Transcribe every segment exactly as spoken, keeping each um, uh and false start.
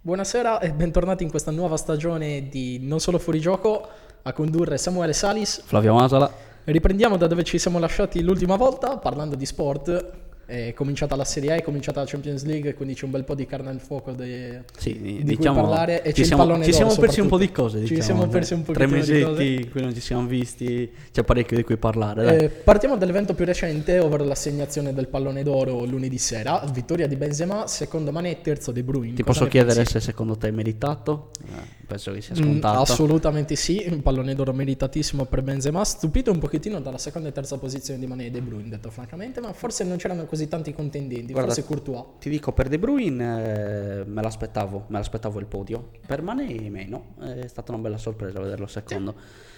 Buonasera e bentornati in questa nuova stagione di Non Solo Fuorigioco, a condurre Samuele Salis, Flavio Masola. Riprendiamo da dove ci siamo lasciati l'ultima volta, parlando di sport. È cominciata la Serie A, è cominciata la Champions League, quindi c'è un bel po' di carne al fuoco de... sì, di diciamo, cui parlare. E ci c'è siamo, il pallone ci d'oro, siamo persi un po' di cose, diciamo. Ci siamo persi un po' Tre di cose. mesetti in cui non ci siamo visti, c'è parecchio di cui parlare. Dai. Eh, partiamo dall'evento più recente, ovvero l'assegnazione del pallone d'oro lunedì sera. Vittoria di Benzema, secondo Mané, terzo De Bruyne. Ti Cosa posso ne chiedere pensi? se secondo te è meritato? Eh, penso che sia Mm, scontato. assolutamente sì, un pallone d'oro meritatissimo per Benzema, stupito un pochettino dalla seconda e terza posizione di Mané e De Bruyne, detto francamente, ma forse non c'erano così tanti contendenti. Guarda, forse Courtois. Ti dico, per De Bruyne eh, me l'aspettavo, me l'aspettavo il podio. Per Mané meno, è stata una bella sorpresa vederlo secondo.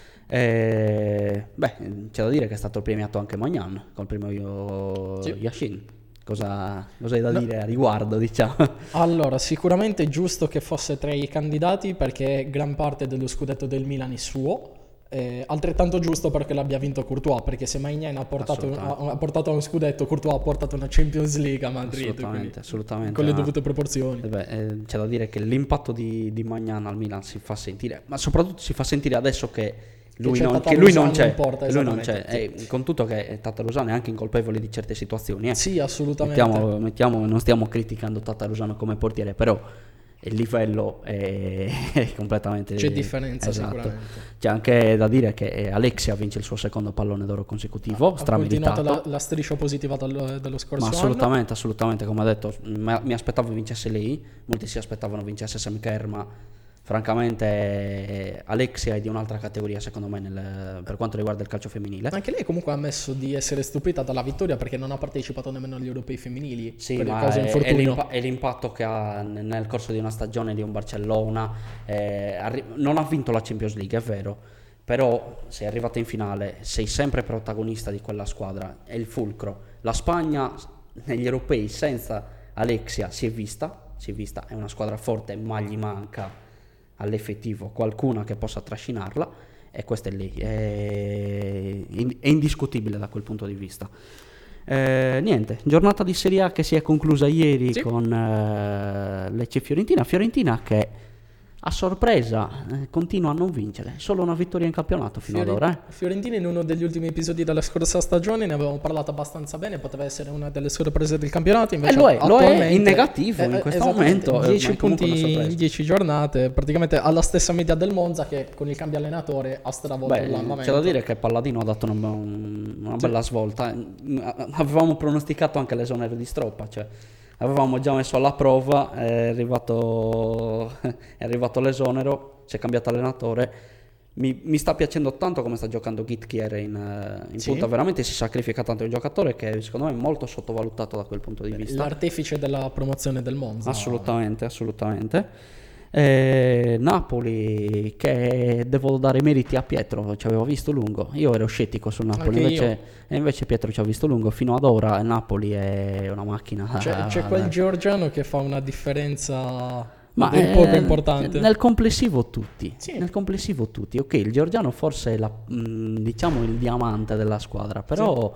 Eh, beh, c'è da dire che è stato premiato anche Maignan col primo io, Sì. Yashin. Cosa, cosa hai da No. dire a riguardo, diciamo? Allora, sicuramente è giusto che fosse tra i candidati perché gran parte dello scudetto del Milan è suo. Eh, altrettanto giusto perché l'abbia vinto Courtois, perché se Maignan ha portato, ha, Assolutamente. ha portato uno scudetto, Courtois ha portato una Champions League a Madrid, Assolutamente, quindi assolutamente. con le ma- dovute proporzioni. eh beh, eh, c'è da dire che l'impatto di, di Maignan al Milan si fa sentire, ma soprattutto si fa sentire adesso che lui c'è non, Tata che lui non Lozano c'è, in porta, che lui non c'è. esattamente, E con tutto che Tata Lozano è anche incolpevole di certe situazioni. Eh. Sì, assolutamente. Mettiamo, mettiamo, non stiamo criticando Tata Lozano come portiere, però il livello è, è completamente... C'è differenza esatto. sicuramente. C'è anche da dire che Alexia vince il suo secondo pallone d'oro consecutivo, Ha strameritato. continuato la, la striscia positiva dal- dello scorso Ma anno. assolutamente, assolutamente, come ha detto, m- mi aspettavo vincesse lei, molti si aspettavano vincesse Sam Kerr, ma francamente eh, Alexia è di un'altra categoria secondo me nel- per quanto riguarda il calcio femminile. Anche lei comunque ha ammesso di essere stupita dalla vittoria perché non ha partecipato nemmeno agli europei femminili Sì, per ma causa è, è, infortunio. l'impa- è l'impatto che ha n- nel corso di una stagione di un Barcellona, eh, arri- non ha vinto la Champions League, è vero, però sei arrivata in finale, sei sempre protagonista di quella squadra, è il fulcro. La Spagna negli europei senza Alexia si è vista, si è vista, è una squadra forte, ma gli manca all'effettivo qualcuna che possa trascinarla, e questa è lei, è, in- è indiscutibile da quel punto di vista. Eh, niente, giornata di Serie A che si è conclusa ieri Sì. con eh, Lecce Fiorentina, Fiorentina che a sorpresa eh, continua a non vincere, solo una vittoria in campionato fino Fiore- ad ora. Eh. Fiorentina in uno degli ultimi episodi della scorsa stagione ne avevamo parlato abbastanza bene, poteva essere una delle sorprese del campionato, invece Eh, lo è, lo è attualmente- in negativo in eh, questo esattamente, momento, eh, dieci ma è comunque una punti sorpresa. in dieci giornate, praticamente alla stessa media del Monza che con il cambio allenatore ha stravolto Beh, l'andamento. c'è da dire che Palladino ha dato una, una bella svolta. Avevamo pronosticato anche l'esonero di Stroppa, cioè avevamo già messo alla prova, è arrivato, è arrivato l'esonero, si è cambiato allenatore. Mi, mi sta piacendo tanto come sta giocando Gitkier in, eh, in Sì. punta, veramente si sacrifica tanto, è un giocatore che secondo me è molto sottovalutato da quel punto di vista. L'artefice della promozione del Monza. Assolutamente, assolutamente. Eh, Napoli, che devo dare meriti a Pietro, ci avevo visto lungo. Io ero scettico sul Napoli, Anche invece, io. e invece Pietro ci ha visto lungo. Fino ad ora il Napoli è una macchina. C'è, c'è quel georgiano che fa una differenza Ma un eh, poco importante. nel complessivo tutti, Sì. nel complessivo tutti. Ok, il georgiano forse è la, mh, diciamo il diamante della squadra, però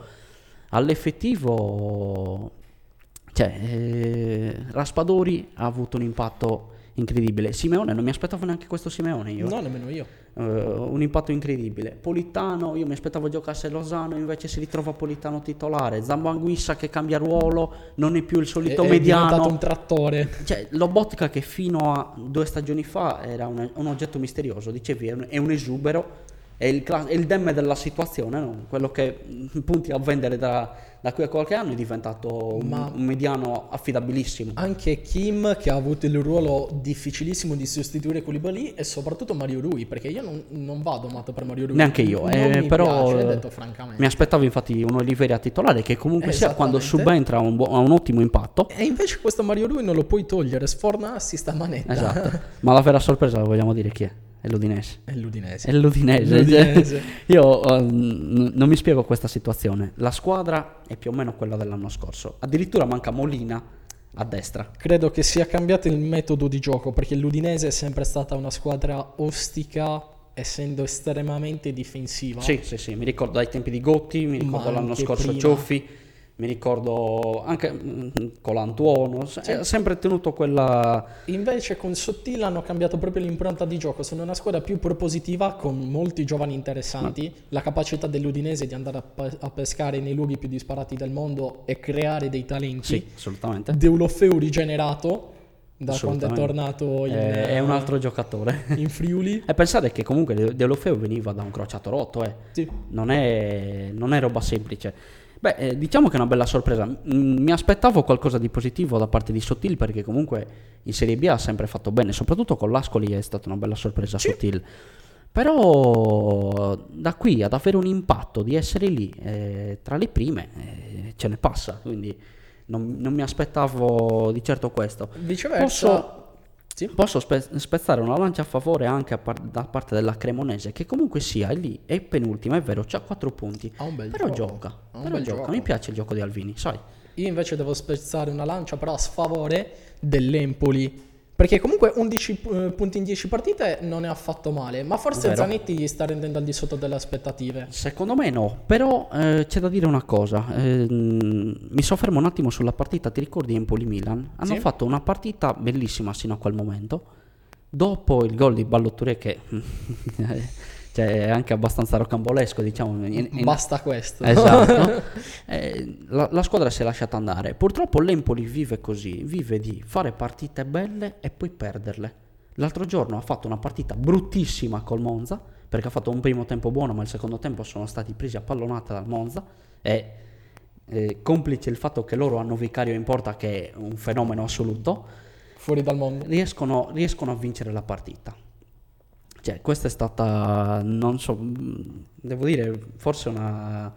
all'effettivo, cioè, eh, Raspadori ha avuto un impatto incredibile. Simeone, non mi aspettavo neanche questo Simeone io. No, nemmeno io. Uh, un impatto incredibile. Politano, io mi aspettavo giocasse Lozano, invece si ritrova Politano titolare. Zambanguissa che cambia ruolo, non è più il solito È, è mediano. diventato un trattore. Cioè, Lobotka, che fino a due stagioni fa era un, un oggetto misterioso, dicevi, è un, è un esubero, è il, cla- è il demme della situazione, no? Quello che mm, punti a vendere da, da qui a qualche anno, è diventato un, Ma- un mediano affidabilissimo. Anche Kim che ha avuto il ruolo difficilissimo di sostituire Koulibaly e soprattutto Mario Rui, perché io non, non vado matto per Mario Rui. Neanche io, Non eh, mi però piace, eh, detto francamente. mi aspettavo infatti un Oliveira titolare che comunque sia quando Esattamente. subentra ha un, buo- ha un ottimo impatto. E invece questo Mario Rui non lo puoi togliere, sfornarsi sta manetta. Esatto, ma la vera sorpresa la vogliamo dire chi è? È l'Udinese. È l'Udinese. È l'Udinese. L'Udinese. Io eh, n- non mi spiego questa situazione. La squadra è più o meno quella dell'anno scorso. Addirittura manca Molina a destra. Credo che sia cambiato il metodo di gioco, perché l'Udinese è sempre stata una squadra ostica, essendo estremamente difensiva. Sì, sì, sì, mi ricordo ai tempi di Gotti, mi Ma ricordo l'anno anche scorso prima. Cioffi, mi ricordo anche mm, Colantuono, se- ha sempre tenuto quella... Invece con Sottile hanno cambiato proprio l'impronta di gioco, sono una squadra più propositiva con molti giovani interessanti, Ma- la capacità dell'Udinese di andare a, pe- a pescare nei luoghi più disparati del mondo e creare dei talenti. Sì, assolutamente. Deulofeu rigenerato da quando è Assolutamente. tornato in, Eh, è un altro giocatore. in Friuli. E pensate che comunque De- Deulofeu veniva da un crociato rotto, eh. Sì. Non è, non è roba semplice. Beh, eh, diciamo che è una bella sorpresa. Mm, mi aspettavo qualcosa di positivo da parte di Sottil, perché comunque in Serie B ha sempre fatto bene, soprattutto con l'Ascoli è stata una bella sorpresa Sottil. Però da qui ad avere un impatto di essere lì eh, tra le prime eh, ce ne passa, quindi non, non mi aspettavo di certo questo. Viceversa, Posso, sì. posso spe- spezzare una lancia a favore anche a par- da parte della Cremonese, che comunque sia è lì, è penultima, è vero, c'ha quattro punti, Ha un bel però gioco. gioca, Ha un però bel gioca. gioco. Mi piace il gioco di Alvini, sai. Io invece devo spezzare una lancia però a sfavore dell'Empoli, perché comunque undici eh, punti in dieci partite non è affatto male, ma forse Vero. Zanetti gli sta rendendo al di sotto delle aspettative. Secondo me no, però eh, c'è da dire una cosa, ehm, mi soffermo un attimo sulla partita, ti ricordi Empoli-Milan? Hanno Sì. fatto una partita bellissima sino a quel momento, dopo il gol di Ballo-Touré che cioè, è anche abbastanza rocambolesco, diciamo. in- in- Basta questo. Esatto. Eh, la, la squadra si è lasciata andare. Purtroppo l'Empoli vive così, vive di fare partite belle e poi perderle. L'altro giorno ha fatto una partita bruttissima col Monza, perché ha fatto un primo tempo buono, ma il secondo tempo sono stati presi a pallonate dal Monza e eh, complice il fatto che loro hanno Vicario in porta, che è un fenomeno assoluto, Fuori dal mondo. riescono, riescono a vincere la partita. Cioè, questa è stata, non so, mh, devo dire, forse una,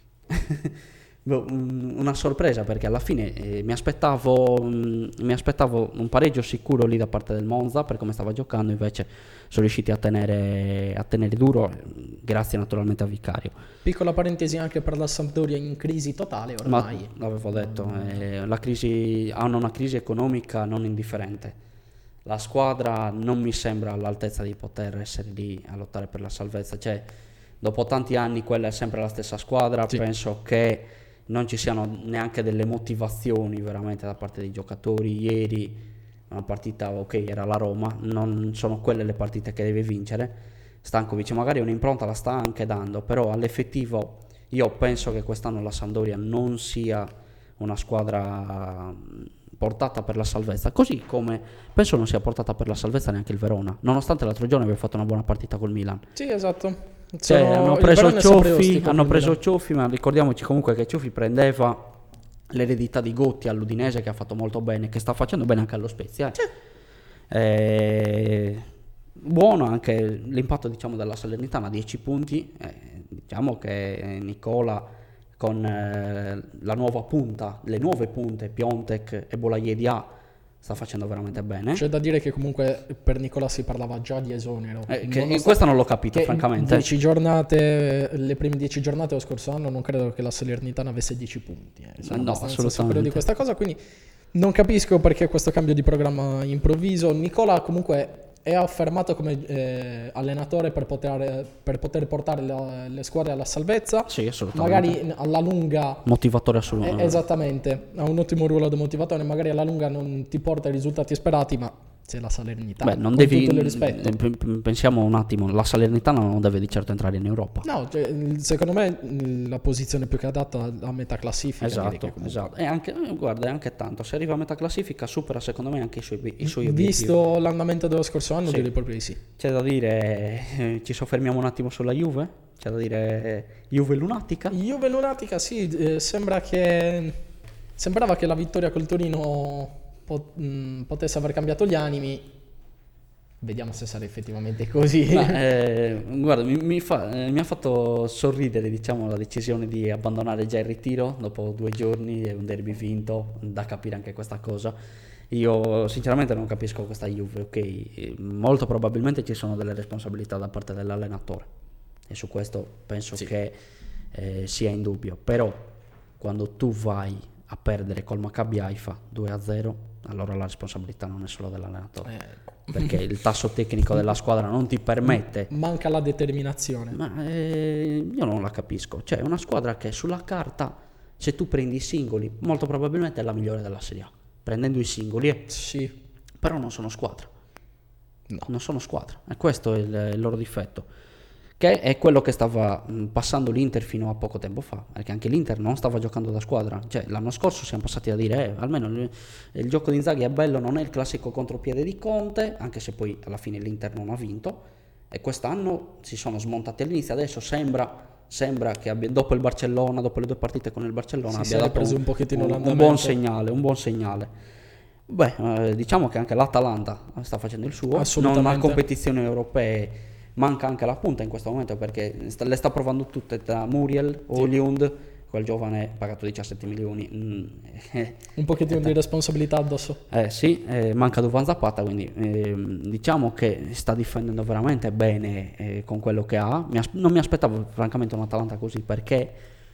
boh, un- una sorpresa, perché alla fine eh, mi aspettavo, mh, mi aspettavo un pareggio sicuro lì da parte del Monza per come stava giocando, invece sono riusciti a tenere, a tenere duro, eh, grazie naturalmente a Vicario. Piccola parentesi anche per la Sampdoria in crisi totale Ma ormai. l'avevo detto, eh, la crisi, hanno una crisi economica non indifferente. La squadra non mi sembra all'altezza di poter essere lì a lottare per la salvezza. Cioè, dopo tanti anni quella è sempre la stessa squadra. Sì. Penso che non ci siano neanche delle motivazioni veramente da parte dei giocatori. Ieri una partita, ok, era la Roma, non sono quelle le partite che deve vincere. Stankovic magari un'impronta la sta anche dando, però all'effettivo io penso che quest'anno la Sampdoria non sia una squadra portata per la salvezza, così come penso non sia portata per la salvezza neanche il Verona, nonostante l'altro giorno abbia fatto una buona partita col Milan. Sì, esatto. Cioè, Sono- hanno il preso Verona è sempre Cioffi, ostico hanno col preso Milan. Cioffi, ma ricordiamoci comunque che Cioffi prendeva l'eredità di Gotti all'Udinese, che ha fatto molto bene, che sta facendo bene anche allo Spezia. eh. Eh, buono anche l'impatto, diciamo, della Salernitana, dieci punti. eh, diciamo che Nicola con eh, la nuova punta, le nuove punte Piontek e Bolaiedi sta facendo veramente bene. C'è da dire che comunque per Nicola si parlava già di esonero. Eh, che- Nonostante- questo non l'ho capito, che francamente. dieci giornate, le prime dieci giornate dello scorso anno non credo che la Salernitana avesse dieci punti. Eh. Sono No, abbastanza sicuro assolutamente. di questa cosa, quindi non capisco perché questo cambio di programma improvviso. Nicola comunque è affermato come eh, allenatore per poter, per poter portare la- le squadre alla salvezza. Sì, assolutamente. Magari alla lunga Motivatore eh, assoluto. esattamente, ha un ottimo ruolo da motivatore, magari alla lunga non ti porta i risultati sperati, ma c'è la Salernitana. Beh, non con devi. tutto il rispetto. eh, p- p- Pensiamo un attimo, la Salernitana non deve di certo entrare in Europa. No, cioè, secondo me la posizione più che adatta a metà classifica. direi Esatto, che comunque- esatto. E anche, eh, guarda, è anche tanto. Se arriva a metà classifica, supera secondo me anche i suoi, i suoi obiettivi. Visto l'andamento dello scorso anno, Sì. direi proprio di sì. C'è da dire, eh, ci soffermiamo un attimo sulla Juve? C'è da dire, eh, Juve lunatica? Juve lunatica, sì, eh, sembra che sembrava che la vittoria col Torino po- mh, potesse aver cambiato gli animi. Vediamo se sarà effettivamente così. Ma, eh, guarda, mi, mi fa- eh, mi ha fatto sorridere, diciamo, la decisione di abbandonare già il ritiro dopo due giorni e un derby vinto, da capire anche questa cosa. Io sinceramente non capisco questa Juve, ok? Eh, Molto probabilmente ci sono delle responsabilità da parte dell'allenatore e su questo penso Sì. che eh, sia in dubbio, però quando tu vai a perdere col Maccabi Haifa due a zero, allora la responsabilità non è solo dell'allenatore, Eh, perché il tasso tecnico della squadra non ti permette. manca la determinazione. Ma eh, io non la capisco. Cioè, è una squadra che sulla carta Se tu prendi i singoli, molto probabilmente è la migliore della Serie A, prendendo i singoli, eh. Sì. Però non sono squadra. No. Non sono squadra, e questo è il, il loro difetto, che è quello che stava mh, passando l'Inter fino a poco tempo fa, perché anche l'Inter non stava giocando da squadra. Cioè, l'anno scorso siamo passati a dire eh, almeno il, il gioco di Inzaghi è bello, non è il classico contropiede di Conte, anche se poi alla fine l'Inter non ha vinto, e quest'anno si sono smontati all'inizio. Adesso sembra sembra che abbia, dopo il Barcellona, dopo le due partite con il Barcellona, Sì, abbia dato preso un, un pochettino un, l'andamento. un buon segnale, un buon segnale. Beh, eh, diciamo che anche l'Atalanta sta facendo il suo, non ha competizioni europee, manca anche la punta in questo momento, perché sta, le sta provando tutte tra Muriel, Højlund, sì. Quel giovane pagato diciassette milioni, mm, eh, un pochettino eh, di responsabilità addosso. Eh sì, eh, manca Duvan Zapata, quindi eh, diciamo che sta difendendo veramente bene eh, con quello che ha. Mi as- non mi aspettavo francamente un Atalanta così, perché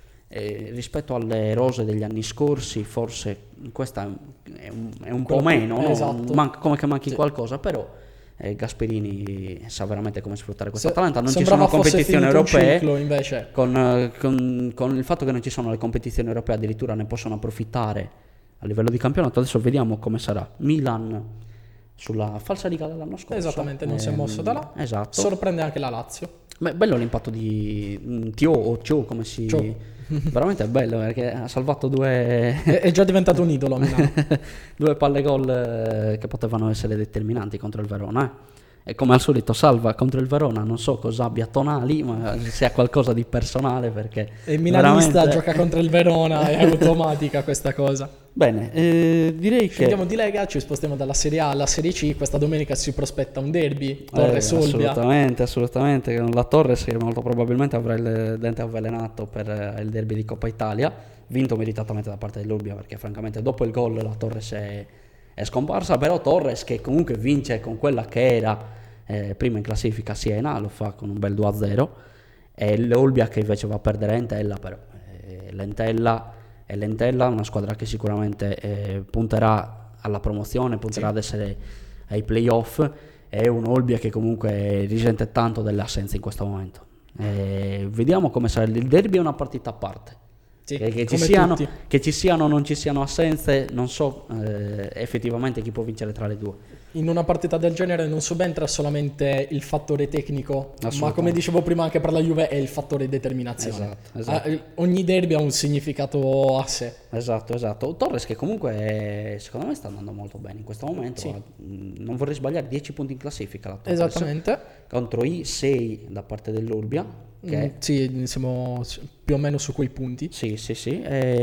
eh, rispetto alle rose degli anni scorsi forse questa è un, è un po' meno, no? Esatto. Manca, come che manchi sì. qualcosa, però eh, Gasperini sa veramente come sfruttare questa Se, Atalanta. Non ci sono competizioni europee, ciclo, invece. Con, con, con il fatto che non ci sono le competizioni europee addirittura ne possono approfittare a livello di campionato. Adesso vediamo come sarà. Milan sulla falsa riga dell'anno scorso, esattamente, non eh, si è mosso da là. Esatto. Sorprende anche la Lazio. Beh, bello l'impatto di mh, Tio o Tio, come si Ciò. Veramente è bello, perché ha salvato due è, è già diventato un idolo a Milano. due palle gol eh, che potevano essere determinanti contro il Verona, eh. E come al solito salva contro il Verona, non so cosa abbia Tonali, ma se ha qualcosa di personale, perché e il milanista veramente... gioca contro il Verona, è automatica questa cosa. Bene, eh, direi che andiamo di Lega, ci spostiamo dalla Serie A alla Serie C. Questa domenica si prospetta un derby, Torres-Olbia. Eh, assolutamente, assolutamente. La Torres che molto probabilmente avrà il dente avvelenato per il derby di Coppa Italia, vinto meritatamente da parte dell'Olbia, perché francamente dopo il gol la Torres è, è scomparsa. Però Torres, che comunque vince con quella che era eh, prima in classifica Siena, lo fa con un bel due a zero, e l'Olbia che invece va a perdere Entella, però eh, l'Entella è l'Entella, una squadra che sicuramente eh, punterà alla promozione, punterà sì. ad essere ai playoff. È un Olbia che comunque risente tanto delle assenze in questo momento. Eh, vediamo come sarà. Il derby è una partita a parte. Sì, che, che, ci siano, che ci siano o non ci siano assenze, non so eh, effettivamente chi può vincere tra le due. In una partita del genere non subentra solamente il fattore tecnico, ma come dicevo prima anche per la Juve è il fattore determinazione. Esatto, esatto. Ah, ogni derby ha un significato a sé. Esatto, esatto. Torres che comunque è, secondo me sta andando molto bene in questo momento. Sì. Non vorrei sbagliare, dieci punti in classifica la Torres. Esattamente. Contro i sei da parte dell'Olbia. Mm, sì, siamo più o meno su quei punti. Sì, sì, sì.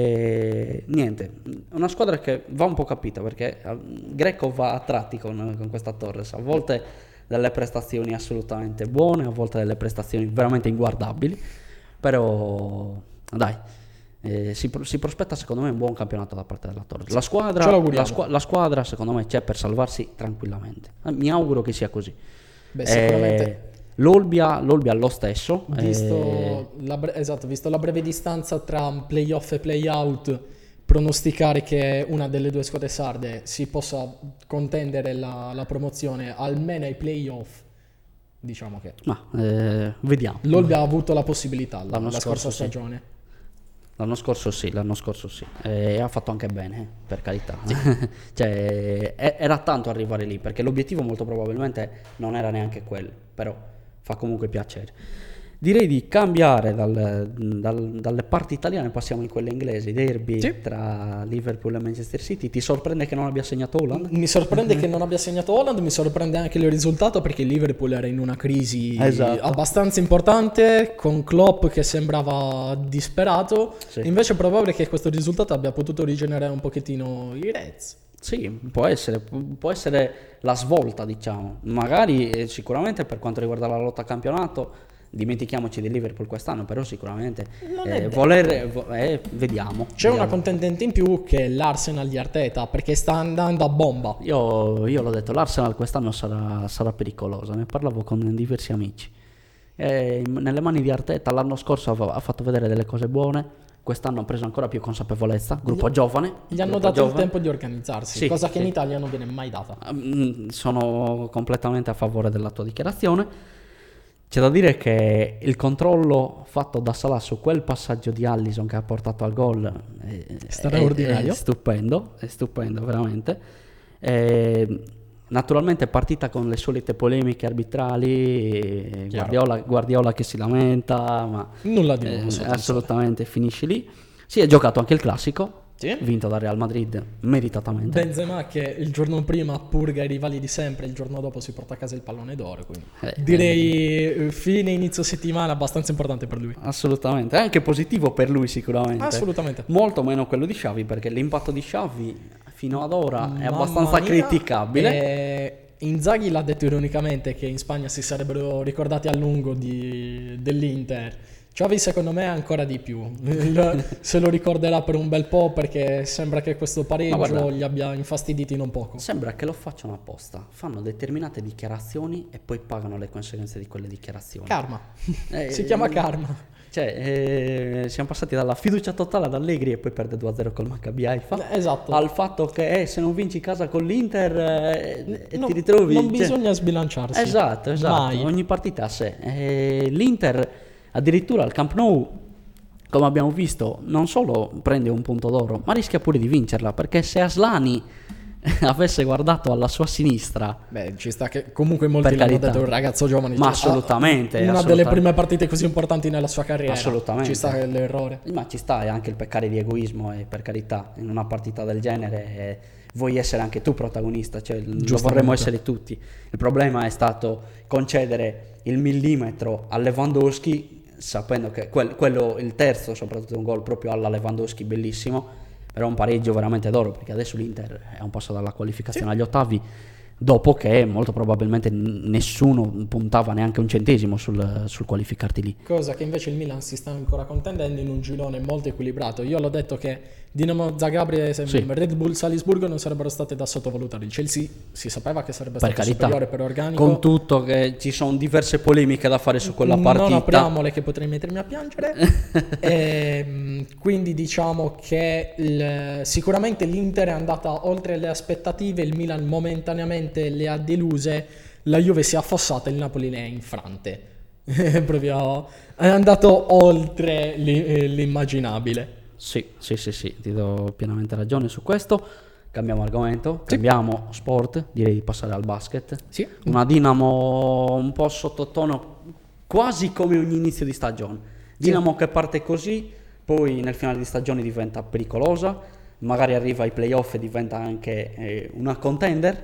E niente, una squadra che va un po' capita, perché Greco va a tratti con, con questa Torres. A volte delle prestazioni assolutamente buone, a volte delle prestazioni veramente inguardabili. Però dai, eh, si, si prospetta secondo me un buon campionato da parte della Torres. La squadra, la, squ- la squadra secondo me c'è per salvarsi tranquillamente. Mi auguro che sia così. Beh, sicuramente. Eh, L'Olbia, l'Olbia lo stesso, visto, eh... la bre- esatto, visto la breve distanza tra playoff e playout, pronosticare che una delle due squadre sarde si possa contendere la, la promozione almeno ai playoff, diciamo che ma eh, vediamo. L'Olbia ha avuto la possibilità la, la scorsa sì. stagione. L'anno scorso sì, l'anno scorso sì, e ha fatto anche bene, eh, per carità. Sì. Cioè, era tanto arrivare lì, perché l'obiettivo molto probabilmente non era neanche quello, però fa comunque piacere. Direi di cambiare dal, dal, dalle parti italiane, passiamo in quelle inglesi, derby sì. tra Liverpool e Manchester City. Ti sorprende che non abbia segnato Haaland? Mi sorprende che non abbia segnato Haaland, mi sorprende anche il risultato, perché il Liverpool era in una crisi esatto. abbastanza importante, con Klopp che sembrava disperato, sì. invece è probabile che questo risultato abbia potuto rigenerare un pochettino i Reds. Sì, può essere, può essere la svolta, diciamo. Magari eh, sicuramente per quanto riguarda la lotta a campionato, dimentichiamoci di Liverpool quest'anno, però sicuramente eh, voler vo- eh, vediamo. C'è vediamo. una contendente in più che è l'Arsenal di Arteta, perché sta andando a bomba. Io, io l'ho detto, l'Arsenal quest'anno sarà, sarà pericolosa, ne parlavo con diversi amici. E nelle mani di Arteta l'anno scorso ha, ha fatto vedere delle cose buone. Quest'anno ha preso ancora più consapevolezza, gruppo gli, giovane. Gli hanno gruppo dato giovane. il tempo di organizzarsi, sì, cosa che sì. in Italia non viene mai data. Sono completamente a favore della tua dichiarazione. C'è da dire che il controllo fatto da Salah su quel passaggio di Alisson che ha portato al gol è, straordinario. È, è stupendo, è stupendo veramente. E, naturalmente è partita con le solite polemiche arbitrali, Guardiola, Guardiola che si lamenta, ma nulla di nuovo, eh, assolutamente finisce lì. Si è giocato anche il classico. Sì. Vinto dal Real Madrid meritatamente. Benzema che il giorno prima purga i rivali di sempre, il giorno dopo si porta a casa il pallone d'oro, quindi eh, direi eh. fine inizio settimana abbastanza importante per lui. Assolutamente, è anche positivo per lui sicuramente. Assolutamente. Molto meno quello di Xavi, perché l'impatto di Xavi fino ad ora Mamma è abbastanza mia, criticabile. E Inzaghi l'ha detto ironicamente che in Spagna si sarebbero ricordati a lungo di, dell'Inter. Xavi secondo me ancora di più, se lo ricorderà per un bel po', perché sembra che questo pareggio guarda, gli abbia infastiditi non poco. Sembra che lo facciano apposta, fanno determinate dichiarazioni e poi pagano le conseguenze di quelle dichiarazioni. Karma, eh, si chiama karma. Cioè, eh, siamo passati dalla fiducia totale ad Allegri e poi perde due a zero col Maccabi Haifa, esatto, al fatto che eh, se non vinci casa con l'Inter eh, no, ti ritrovi... Non cioè, bisogna sbilanciarsi. Esatto, esatto, Mai. Ogni partita a sé. Eh, L'Inter addirittura al Camp Nou, come abbiamo visto, non solo prende un punto d'oro, ma rischia pure di vincerla, perché se Aslani avesse guardato alla sua sinistra, beh, ci sta che comunque molti per l'hanno carità, detto, un ragazzo giovane, ma cioè, assolutamente, una assolutamente. delle prime partite così importanti nella sua carriera, assolutamente, ci sta l'errore, ma ci sta, è anche il peccare di egoismo, e per carità, in una partita del genere eh, vuoi essere anche tu protagonista, cioè lo vorremmo essere tutti. Il problema è stato concedere il millimetro a Lewandowski, sapendo che quel, quello, il terzo soprattutto, è un gol proprio alla Lewandowski bellissimo, però un pareggio veramente d'oro, perché adesso l'Inter è un passo dalla qualificazione sì. agli ottavi, dopo che molto probabilmente nessuno puntava neanche un centesimo sul, sul qualificarti lì. Cosa che invece il Milan si sta ancora contendendo in un girone molto equilibrato. Io l'ho detto che Dinamo Zagreb e sì. Red Bull Salisburgo non sarebbero state da sottovalutare. Il Chelsea si sapeva che sarebbe per stato carità, superiore per organico. Con tutto che ci sono diverse polemiche da fare su quella partita. Non apriamole che potrei mettermi a piangere. e, quindi diciamo che il, sicuramente l'Inter è andata oltre le aspettative, il Milan momentaneamente le ha deluse, la Juve si è affossata e il Napoli le ha infrante. Proprio è andato oltre l'immaginabile. Sì, sì, sì, sì, ti do pienamente ragione su questo. Cambiamo argomento, sì. cambiamo sport, direi di passare al basket. Sì. Una Dinamo un po' sottotono, quasi come ogni inizio di stagione. Dinamo sì. che parte così, poi nel finale di stagione diventa pericolosa, magari arriva ai playoff e diventa anche eh, una contender.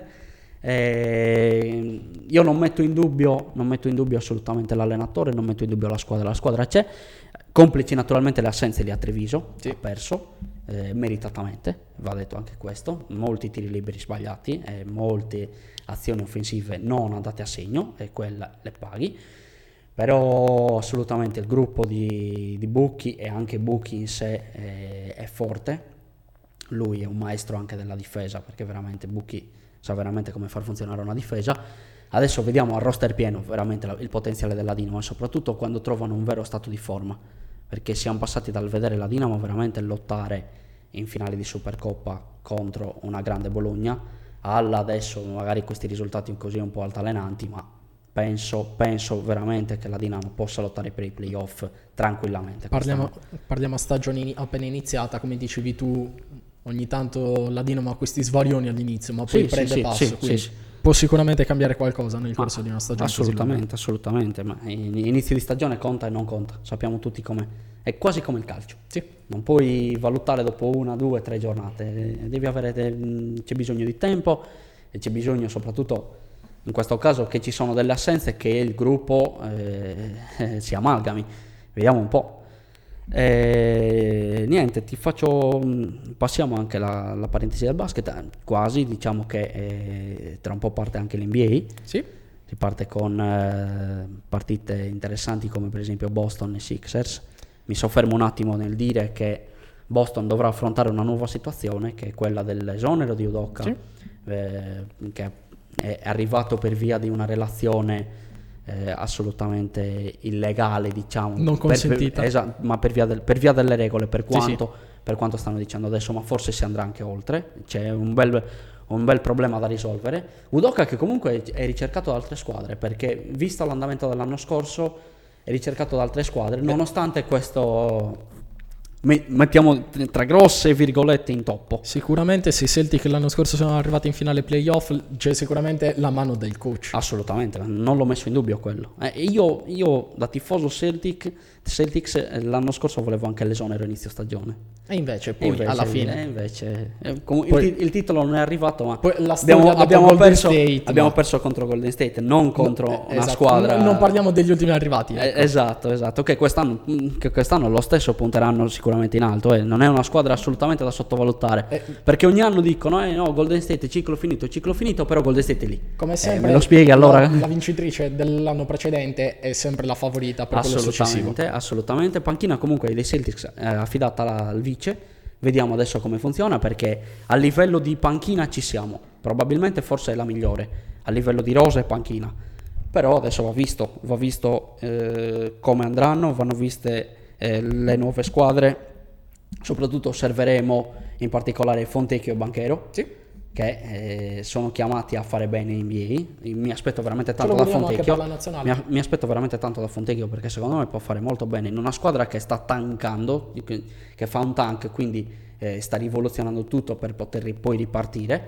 Eh, io non metto in dubbio, non metto in dubbio assolutamente l'allenatore, non metto in dubbio la squadra, la squadra c'è. Complici naturalmente le assenze di Treviso, sì. ha perso eh, meritatamente, va detto anche questo, molti tiri liberi sbagliati, eh, molte azioni offensive non andate a segno e quelle le paghi, però assolutamente il gruppo di, di Bucchi e anche Bucchi in sé eh, è forte, lui è un maestro anche della difesa, perché veramente Bucchi sa veramente come far funzionare una difesa. Adesso vediamo al roster pieno veramente il potenziale della Dinamo, e soprattutto quando trovano un vero stato di forma, perché siamo passati dal vedere la Dinamo veramente lottare in finale di Supercoppa contro una grande Bologna, alla adesso magari questi risultati così un po' altalenanti, ma penso, penso veramente che la Dinamo possa lottare per i playoff tranquillamente. Parliamo, parliamo a stagione appena iniziata, come dicevi tu, ogni tanto la Dinamo ha questi svarioni all'inizio, ma poi sì, prende sì, passo, sì, quindi sì. può sicuramente cambiare qualcosa nel Ma corso di una stagione. Assolutamente, assolutamente, ma inizio di stagione conta e non conta, sappiamo tutti com'è, è quasi come il calcio. Sì. Non puoi valutare dopo una, due, tre giornate, devi avere, c'è bisogno di tempo e c'è bisogno soprattutto in questo caso che ci sono delle assenze, che il gruppo eh, si amalgami. Vediamo un po'. Eh, niente, ti faccio, passiamo anche la, la parentesi del basket, quasi, diciamo che eh, tra un po' parte anche l'N B A. Sì. Si parte con eh, partite interessanti come per esempio Boston e Sixers. Mi soffermo un attimo nel dire che Boston dovrà affrontare una nuova situazione, che è quella dell'esonero di Udoka, sì. eh, che è arrivato per via di una relazione Eh, assolutamente illegale, diciamo, non consentita, per, per, esatto, ma per via, del, per via delle regole, per quanto, sì, sì. per quanto stanno dicendo adesso, ma forse si andrà anche oltre. C'è un bel, un bel problema da risolvere. Udoka che comunque è ricercato da altre squadre, perché visto l'andamento dell'anno scorso è ricercato da altre squadre, nonostante questo, mettiamo tra grosse virgolette, intoppo. Sicuramente se i Celtic l'anno scorso sono arrivati in finale playoff c'è sicuramente la mano del coach. Assolutamente, non l'ho messo in dubbio quello. Eh, io, io da tifoso Celtic, Celtics l'anno scorso volevo anche l'esonero inizio stagione. E invece poi e invece, alla fine eh, invece, eh, com- poi, il, il titolo non è arrivato, ma poi la abbiamo, abbiamo, perso, State, abbiamo ma... perso contro Golden State, non contro no, una esatto. squadra. Non, non parliamo degli ultimi arrivati. Ecco. Eh, esatto, esatto. Che quest'anno, che quest'anno lo stesso punteranno sicuramente in alto. Eh. Non è una squadra assolutamente da sottovalutare. Eh, perché ogni anno dicono: eh no, Golden State, ciclo finito, ciclo finito, però Golden State è lì. Come sempre, eh, me lo spieghi allora? La, la vincitrice dell'anno precedente è sempre la favorita per quello successivo. Assolutamente, assolutamente. Panchina comunque dei Celtics è affidata al vice. Vediamo adesso come funziona, perché a livello di panchina ci siamo, probabilmente forse è la migliore a livello di rosa e panchina, però adesso va visto, va visto eh, come andranno, vanno viste eh, le nuove squadre, soprattutto osserveremo in particolare Fontecchio e Banchero, sì, che eh, sono chiamati a fare bene in N B A. Mi aspetto veramente tanto da Fontecchio, mi, mi aspetto veramente tanto da Fontecchio perché secondo me può fare molto bene in una squadra che sta tankando, che fa un tank, quindi eh, sta rivoluzionando tutto per poter poi ripartire.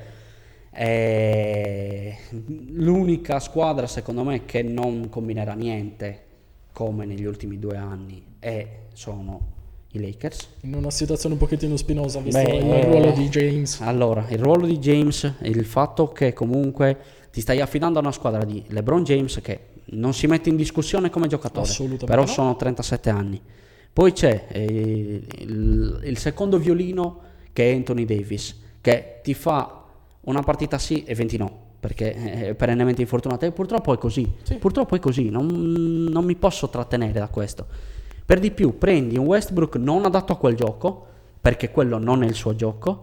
È l'unica squadra secondo me che non combinerà niente come negli ultimi due anni e sono i Lakers, in una situazione un pochettino spinosa visto Beh, il ruolo di James. Allora, il ruolo di James, il fatto che comunque ti stai affidando a una squadra di LeBron James che non si mette in discussione come giocatore, però no. Sono trentasette anni. Poi c'è eh, il, il secondo violino che è Anthony Davis, che ti fa una partita sì e venti no, perché è perennemente infortunato e purtroppo è così, sì. purtroppo è così, non, non mi posso trattenere da questo. Per di più prendi un Westbrook non adatto a quel gioco, perché quello non è il suo gioco,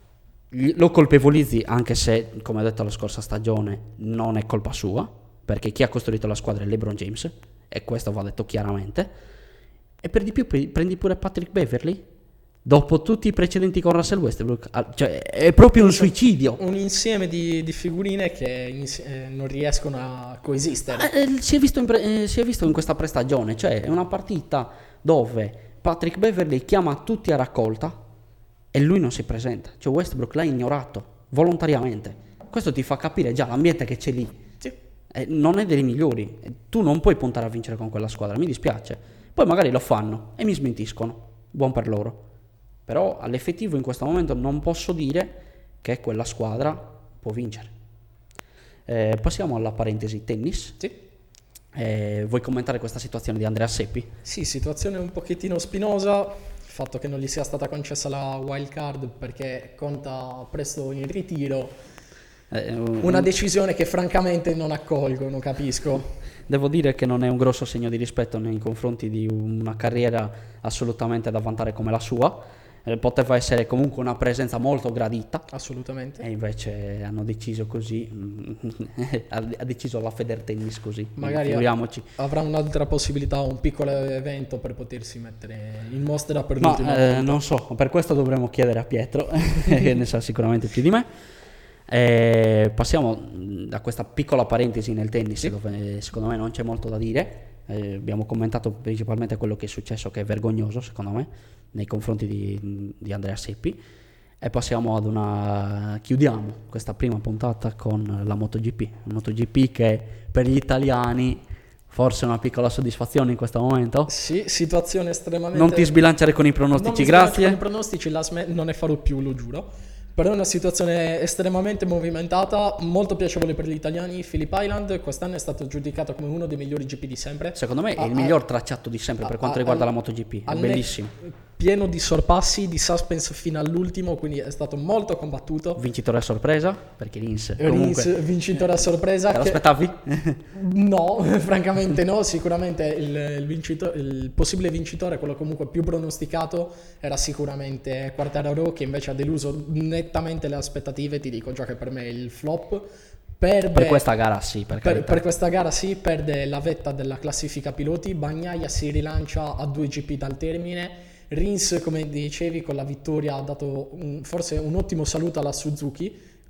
lo colpevolizzi anche se, come ho detto la scorsa stagione, non è colpa sua, perché chi ha costruito la squadra è LeBron James, e questo va detto chiaramente, e per di più prendi pure Patrick Beverley, dopo tutti i precedenti con Russell Westbrook, cioè è proprio un suicidio. Un insieme di, di figurine che ins- eh, non riescono a coesistere. Eh, si, è visto in pre- eh, si è visto in questa prestagione, cioè è una partita dove Patrick Beverley chiama tutti a raccolta e lui non si presenta. Cioè Westbrook l'ha ignorato volontariamente. Questo ti fa capire già l'ambiente che c'è lì. Sì. Eh, non è dei migliori. Tu non puoi puntare a vincere con quella squadra, mi dispiace. Poi magari lo fanno e mi smentiscono. Buon per loro. Però all'effettivo in questo momento non posso dire che quella squadra può vincere. Eh, passiamo alla parentesi tennis. Sì. Eh, vuoi commentare questa situazione di Andrea Seppi? Sì, situazione un pochettino spinosa. Il fatto che non gli sia stata concessa la wild card perché conta presto in ritiro. Eh, un... Una decisione che francamente non accolgo, non capisco. Devo dire che non è un grosso segno di rispetto nei confronti di una carriera assolutamente da vantare come la sua. Eh, poteva essere comunque una presenza molto gradita. Assolutamente. E invece hanno deciso così, ha deciso la Federtennis così. Magari avrà un'altra possibilità, un piccolo evento per potersi mettere in mostra per l'ultima volta. Eh, non so, per questo dovremmo chiedere a Pietro, che ne sa sicuramente più di me. Eh, passiamo da questa piccola parentesi nel tennis, sì, dove secondo me non c'è molto da dire. Eh, abbiamo commentato principalmente quello che è successo, che è vergognoso secondo me nei confronti di, di Andrea Seppi, e passiamo ad una chiudiamo questa prima puntata con la MotoGP MotoGP che per gli italiani forse è una piccola soddisfazione in questo momento. Sì, situazione estremamente... Non ti sbilanciare con i pronostici, grazie. Con i pronostici la sm- non ne farò più, lo giuro. Però è una situazione estremamente movimentata, molto piacevole per gli italiani. Phillip Island quest'anno è stato giudicato come uno dei migliori G P di sempre. Secondo me è a, il miglior tracciato di sempre per quanto a, riguarda a, la MotoGP, è ne- bellissimo. Pieno di sorpassi, di suspense fino all'ultimo, quindi è stato molto combattuto. Vincitore a sorpresa, perché Rins comunque... Rins, vincitore a sorpresa. Te l'aspettavi? No, francamente no. Sicuramente il, il, vincitore, il possibile vincitore, quello comunque più pronosticato, era sicuramente Quartararo, che invece ha deluso nettamente le aspettative. Ti dico già che per me è il flop. Perde, per questa gara sì, per, per, per questa gara sì, perde la vetta della classifica piloti. Bagnaia si rilancia a due G P dal termine. Rins, come dicevi, con la vittoria ha dato un, forse un ottimo saluto alla Suzuki,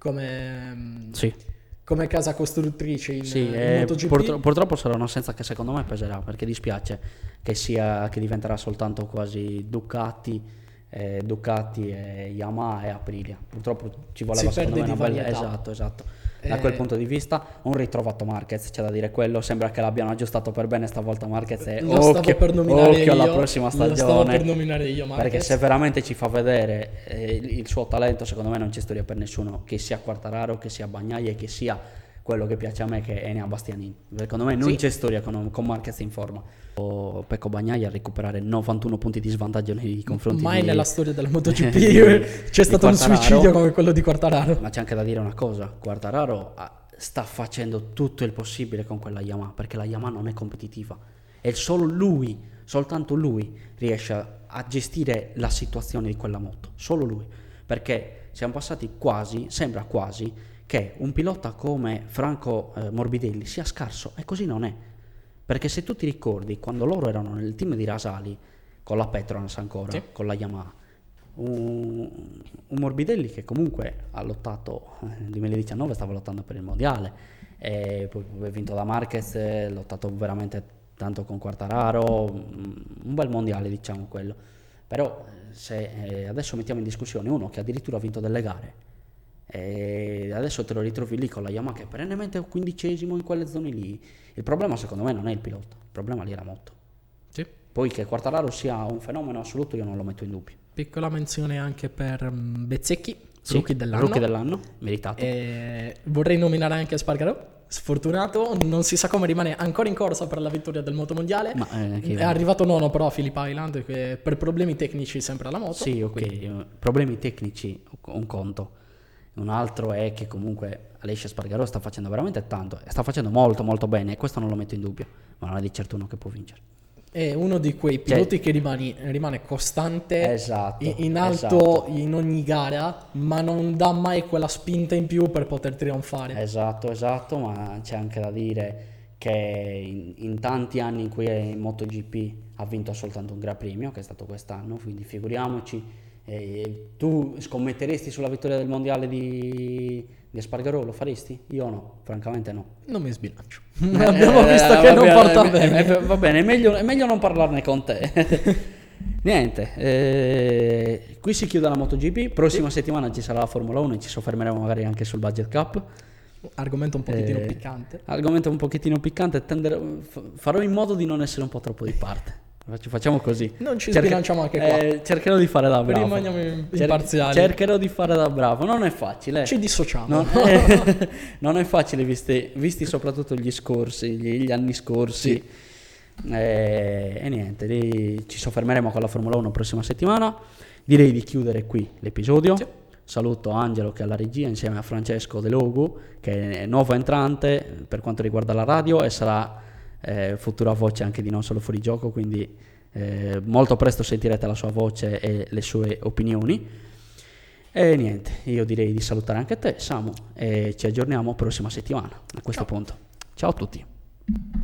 come, Sì. come casa costruttrice in, Sì, in eh, MotoGP. purtro- purtroppo sarà un'assenza che secondo me peserà, perché dispiace che sia che diventerà soltanto quasi Ducati, eh, Ducati e Yamaha e Aprilia. Purtroppo ci voleva Si secondo me perde una di bella, varietà. esatto, esatto. Da Eh, quel punto di vista un ritrovato Marquez, c'è da dire quello, sembra che l'abbiano aggiustato per bene stavolta Marquez e Lo stavo occhio, per nominare occhio io, alla prossima lo stavo stagione. per nominare io, Marquez. Perché se veramente ci fa vedere eh, il, il suo talento, secondo me non c'è storia per nessuno, che sia Quartararo, che sia Bagnaia, che sia quello che piace a me, che è Enea Bastianini. Secondo me non Sì. c'è storia con, con Marquez in forma. O Pecco Bagnaia a recuperare novantuno punti di svantaggio nei confronti Mai di... nella storia della MotoGP di- c'è di stato un Quartararo. suicidio come quello di Quartararo. Ma c'è anche da dire una cosa, Quartararo ha- sta facendo tutto il possibile con quella Yamaha, perché la Yamaha non è competitiva e solo lui, soltanto lui riesce a, a gestire la situazione di quella moto, solo lui, perché siamo passati quasi, sembra quasi che un pilota come Franco eh, Morbidelli sia scarso, e così non è, perché se tu ti ricordi quando loro erano nel team di Rasali con la Petronas ancora, Sì. con la Yamaha, un, un Morbidelli che comunque ha lottato nel duemiladiciannove, stava lottando per il mondiale, e poi poi è vinto da Marquez, ha lottato veramente tanto con Quartararo, un bel mondiale diciamo quello. Però se eh, adesso mettiamo in discussione uno che addirittura ha vinto delle gare e adesso te lo ritrovi lì con la Yamaha che è perennemente è quindicesimo in quelle zone lì, il problema secondo me non è il pilota, il problema lì è la moto. Sì. Poi che Quartararo sia un fenomeno assoluto io non lo metto in dubbio. Piccola menzione anche per mm, Bezzecchi, Sì, rookie dell'anno. rookie dell'anno, meritato. E vorrei nominare anche Spargaro, sfortunato, non si sa come rimane ancora in corsa per la vittoria del motomondiale. Ma, eh, che- È arrivato nono però a Phillip Island che per problemi tecnici sempre alla moto. Sì, ok, Quindi, eh, problemi tecnici, un conto. Un altro è che comunque Aleix Espargaró sta facendo veramente tanto, e sta facendo molto molto bene, e questo non lo metto in dubbio, ma non è di certo uno che può vincere. è uno di quei piloti che rimani- rimane costante Esatto, in in alto esatto. in ogni gara, ma non dà mai quella spinta in più per poter trionfare. Esatto, esatto, ma c'è anche da dire che in, in tanti anni in cui è in MotoGP ha vinto soltanto un Gran Premio, che è stato quest'anno, quindi figuriamoci. Eh, tu scommetteresti sulla vittoria del mondiale di, di Espargaró? Lo faresti? Io no, francamente no. Non mi sbilancio. Abbiamo visto Eh, che va non bene, porta eh, bene. eh, va bene, è meglio, è meglio non parlarne con te. Niente, eh, qui si chiude la MotoGP. Prossima settimana ci sarà la Formula uno e ci soffermeremo magari anche sul Budget Cup. Argomento un pochettino Eh, piccante. Argomento un pochettino piccante, tenderò- f- farò in modo di non essere un po' troppo di parte. Faccio- Facciamo così. Non ci Cerca- sbilanciamo anche qua. eh, cercherò di fare da bravo. Rimaniamo in- Cer- imparziali. cercherò di fare da bravo. Non è facile. Ci dissociamo. Non è, non è facile visti, visti soprattutto gli scorsi, gli, gli anni scorsi. Sì. Eh, e niente, lì ci soffermeremo con la Formula uno prossima settimana. Direi di chiudere qui l'episodio. Sì. Saluto Angelo che è alla regia insieme a Francesco De Logu che è nuovo entrante per quanto riguarda la radio e sarà eh, futura voce anche di Non Solo Fuori Gioco, quindi eh, molto presto sentirete la sua voce e le sue opinioni. E niente, io direi di salutare anche te Samu e ci aggiorniamo prossima settimana a questo Ciao. punto. Ciao a tutti.